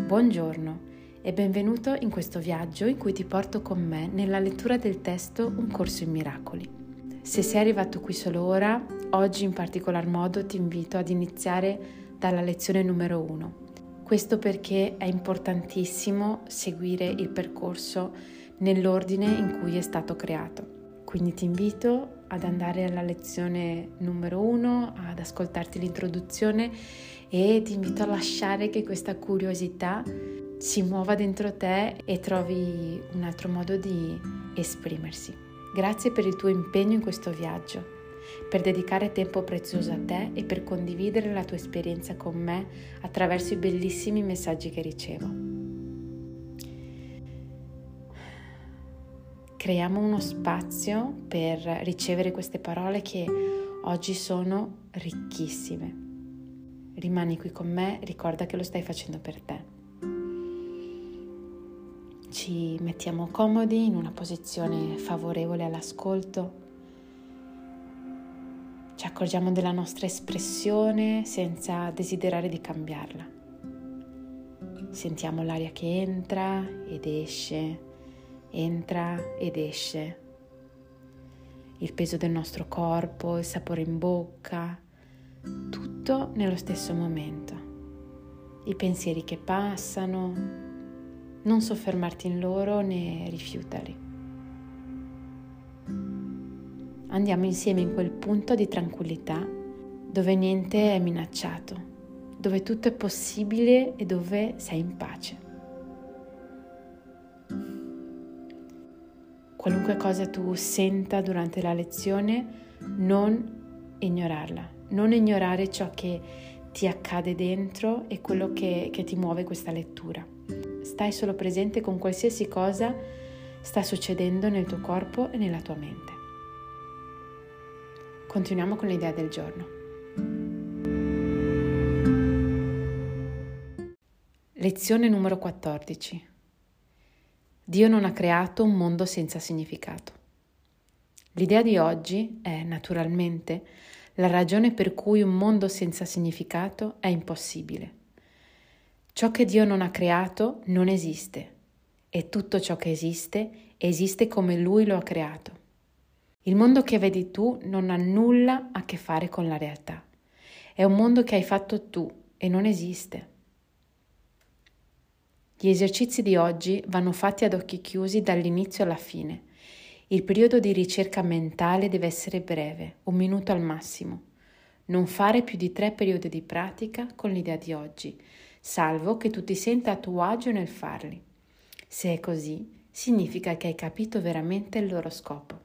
Buongiorno e benvenuto in questo viaggio in cui ti porto con me nella lettura del testo Un corso in miracoli. Se sei arrivato qui solo ora, oggi in particolar modo ti invito ad iniziare dalla lezione numero 1. Questo perché è importantissimo seguire il percorso nell'ordine in cui è stato creato. Quindi ti invito ad andare alla lezione numero 1, ad ascoltarti l'introduzione e ti invito a lasciare che questa curiosità si muova dentro te e trovi un altro modo di esprimersi. Grazie per il tuo impegno in questo viaggio, per dedicare tempo prezioso a te e per condividere la tua esperienza con me attraverso i bellissimi messaggi che ricevo. Creiamo uno spazio per ricevere queste parole che oggi sono ricchissime. Rimani qui con me, ricorda che lo stai facendo per te. Ci mettiamo comodi in una posizione favorevole all'ascolto. Ci accorgiamo della nostra espressione senza desiderare di cambiarla. Sentiamo l'aria che entra ed esce. Entra ed esce, il peso del nostro corpo, il sapore in bocca, tutto nello stesso momento. I pensieri che passano, non soffermarti in loro né rifiutarli. Andiamo insieme in quel punto di tranquillità dove niente è minacciato, dove tutto è possibile e dove sei in pace. Qualunque cosa tu senta durante la lezione, non ignorarla, non ignorare ciò che ti accade dentro e quello che ti muove questa lettura. Stai solo presente con qualsiasi cosa sta succedendo nel tuo corpo e nella tua mente. Continuiamo con l'idea del giorno. Lezione numero 14. Dio non ha creato un mondo senza significato. L'idea di oggi è, naturalmente, la ragione per cui un mondo senza significato è impossibile. Ciò che Dio non ha creato non esiste e tutto ciò che esiste come Lui lo ha creato. Il mondo che vedi tu non ha nulla a che fare con la realtà. È un mondo che hai fatto tu e non esiste. Gli esercizi di oggi vanno fatti ad occhi chiusi dall'inizio alla fine. Il periodo di ricerca mentale deve essere breve, 1 minuto al massimo. Non fare più di 3 periodi di pratica con l'idea di oggi, salvo che tu ti senta a tuo agio nel farli. Se è così, significa che hai capito veramente il loro scopo.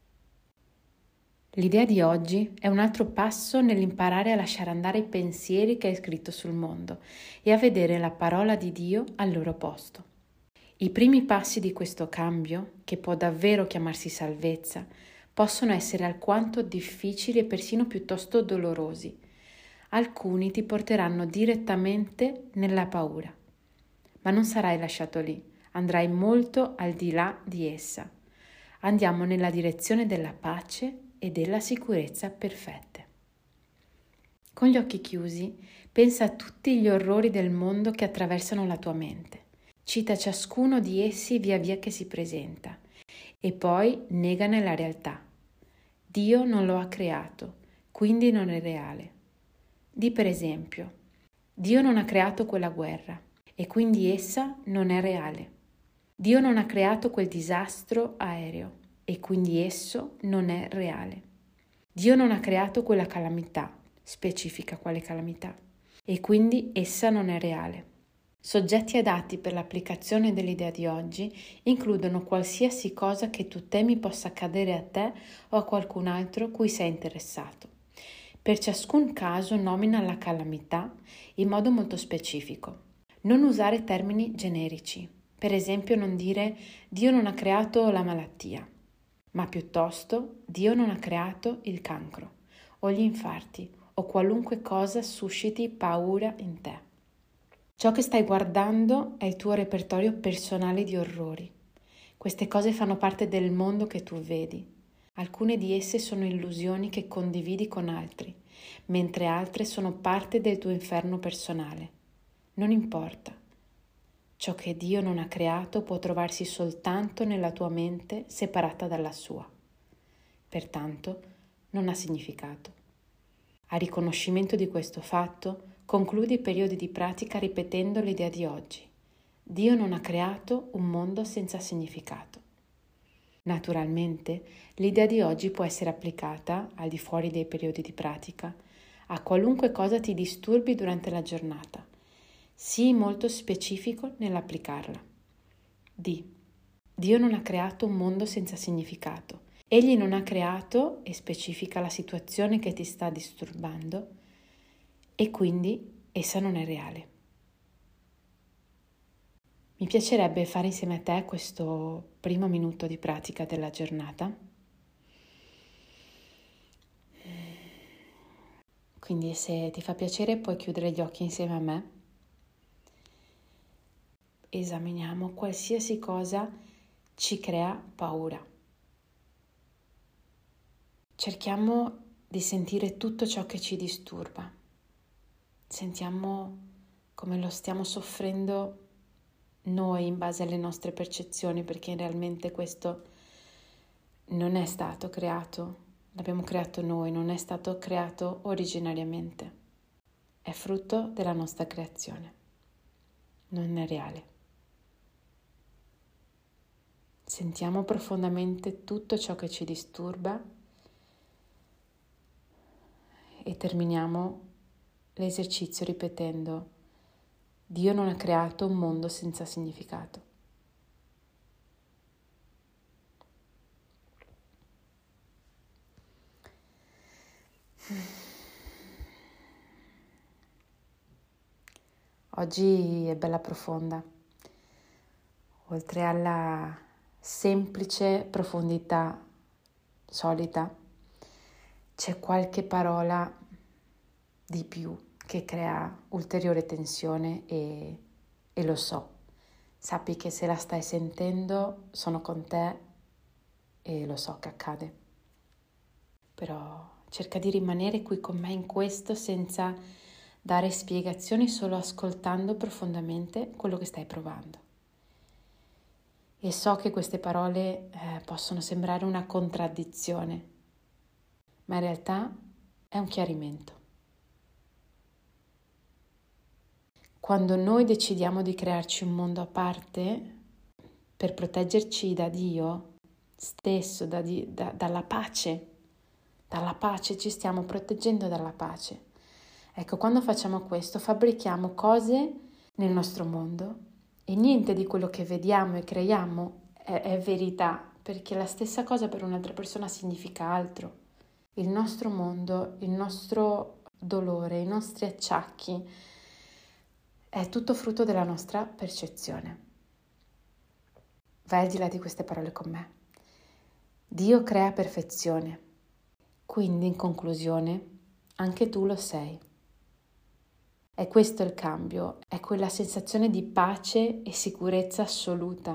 L'idea di oggi è un altro passo nell'imparare a lasciare andare i pensieri che hai scritto sul mondo e a vedere la parola di Dio al loro posto. I primi passi di questo cambio, che può davvero chiamarsi salvezza, possono essere alquanto difficili e persino piuttosto dolorosi. Alcuni ti porteranno direttamente nella paura, ma non sarai lasciato lì, andrai molto al di là di essa. Andiamo nella direzione della pace e della sicurezza perfette. Con gli occhi chiusi, pensa a tutti gli orrori del mondo che attraversano la tua mente. Cita ciascuno di essi via via che si presenta e poi negane la realtà. Dio non lo ha creato, quindi non è reale. Di per esempio, Dio non ha creato quella guerra e quindi essa non è reale. Dio non ha creato quel disastro aereo e quindi esso non è reale. Dio non ha creato quella calamità, specifica quale calamità, e quindi essa non è reale. Soggetti adatti per l'applicazione dell'idea di oggi includono qualsiasi cosa che tu temi possa accadere a te o a qualcun altro cui sei interessato. Per ciascun caso nomina la calamità in modo molto specifico. Non usare termini generici. Per esempio non dire Dio non ha creato la malattia, ma piuttosto Dio non ha creato il cancro o gli infarti o qualunque cosa susciti paura in te. Ciò che stai guardando è il tuo repertorio personale di orrori. Queste cose fanno parte del mondo che tu vedi. Alcune di esse sono illusioni che condividi con altri, mentre altre sono parte del tuo inferno personale. Non importa. Ciò che Dio non ha creato può trovarsi soltanto nella tua mente separata dalla sua. Pertanto non ha significato. A riconoscimento di questo fatto, concludi i periodi di pratica ripetendo l'idea di oggi. Dio non ha creato un mondo senza significato. Naturalmente, l'idea di oggi può essere applicata, al di fuori dei periodi di pratica, a qualunque cosa ti disturbi durante la giornata. Sii molto specifico nell'applicarla. Dio non ha creato un mondo senza significato. Egli non ha creato e specifica la situazione che ti sta disturbando e quindi essa non è reale. Mi piacerebbe fare insieme a te questo primo minuto di pratica della giornata. Quindi se ti fa piacere puoi chiudere gli occhi insieme a me. Esaminiamo qualsiasi cosa ci crea paura. Cerchiamo di sentire tutto ciò che ci disturba. Sentiamo come lo stiamo soffrendo noi in base alle nostre percezioni, perché realmente questo non è stato creato, l'abbiamo creato noi, non è stato creato originariamente. È frutto della nostra creazione, non è reale. Sentiamo profondamente tutto ciò che ci disturba e terminiamo l'esercizio ripetendo: Dio non ha creato un mondo senza significato. Oggi è bella profonda. Oltre alla semplice profondità solita, c'è qualche parola di più che crea ulteriore tensione e lo so. Sappi che se la stai sentendo sono con te e lo so che accade. Però cerca di rimanere qui con me in questo senza dare spiegazioni, solo ascoltando profondamente quello che stai provando. E so che queste parole possono sembrare una contraddizione, ma in realtà è un chiarimento. Quando noi decidiamo di crearci un mondo a parte per proteggerci da Dio stesso, dalla pace ci stiamo proteggendo dalla pace. Ecco, quando facciamo questo, fabbrichiamo cose nel nostro mondo e niente di quello che vediamo e creiamo è verità, perché la stessa cosa per un'altra persona significa altro. Il nostro mondo, il nostro dolore, i nostri acciacchi, è tutto frutto della nostra percezione. Vai al di là di queste parole con me. Dio crea perfezione, quindi in conclusione anche tu lo sei. È questo il cambio, è quella sensazione di pace e sicurezza assoluta.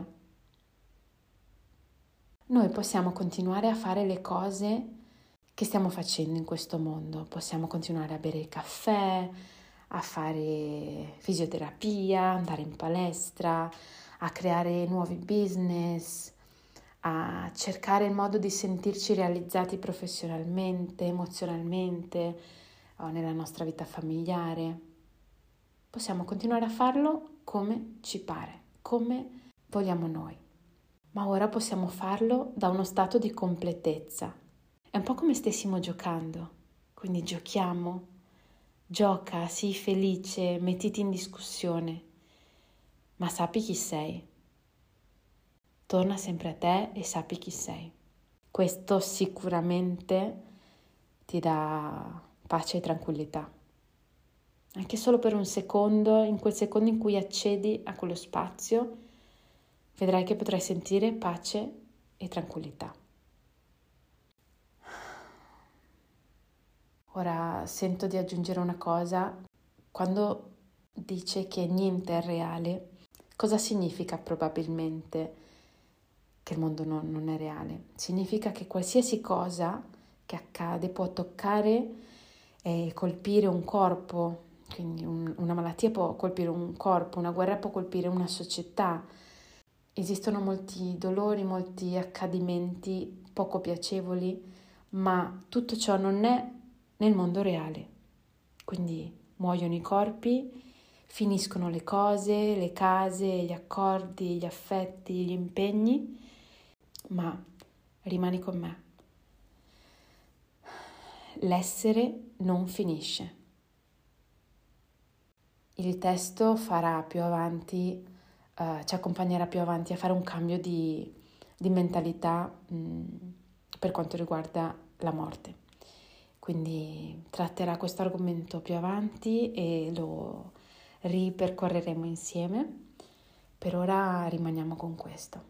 Noi possiamo continuare a fare le cose che stiamo facendo in questo mondo, possiamo continuare a bere il caffè, a fare fisioterapia, andare in palestra, a creare nuovi business, a cercare il modo di sentirci realizzati professionalmente, emozionalmente o nella nostra vita familiare. Possiamo continuare a farlo come ci pare, come vogliamo noi. Ma ora possiamo farlo da uno stato di completezza. È un po' come stessimo giocando, quindi giochiamo. Gioca, sii felice, mettiti in discussione, ma sappi chi sei. Torna sempre a te e sappi chi sei. Questo sicuramente ti dà pace e tranquillità. Anche solo per un secondo, in quel secondo in cui accedi a quello spazio, vedrai che potrai sentire pace e tranquillità. Ora sento di aggiungere una cosa. Quando dice che niente è reale, cosa significa probabilmente che il mondo non è reale? Significa che qualsiasi cosa che accade può toccare e colpire un corpo Quindi una malattia può colpire un corpo, una guerra può colpire una società. Esistono molti dolori, molti accadimenti poco piacevoli, ma tutto ciò non è nel mondo reale. Quindi muoiono i corpi, finiscono le cose, le case, gli accordi, gli affetti, gli impegni, ma rimani con me. L'essere non finisce. Il testo farà più avanti, ci accompagnerà più avanti a fare un cambio di mentalità per quanto riguarda la morte. Quindi tratterà questo argomento più avanti e lo ripercorreremo insieme. Per ora rimaniamo con questo.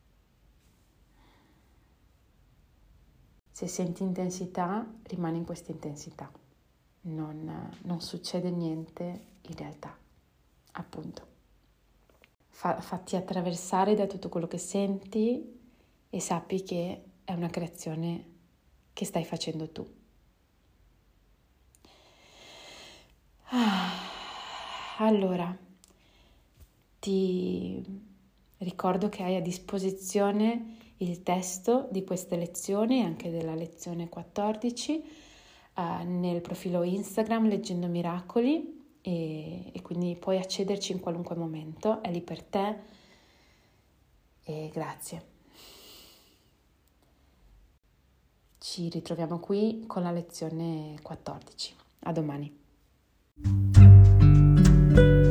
Se senti intensità, rimani in questa intensità. Non succede niente in realtà, appunto. Fatti attraversare da tutto quello che senti e sappi che è una creazione che stai facendo tu. Allora, ti ricordo che hai a disposizione il testo di queste lezioni, anche della lezione 14, nel profilo Instagram Leggendo Miracoli e quindi puoi accederci in qualunque momento, è lì per te e grazie. Ci ritroviamo qui con la lezione 14. A domani.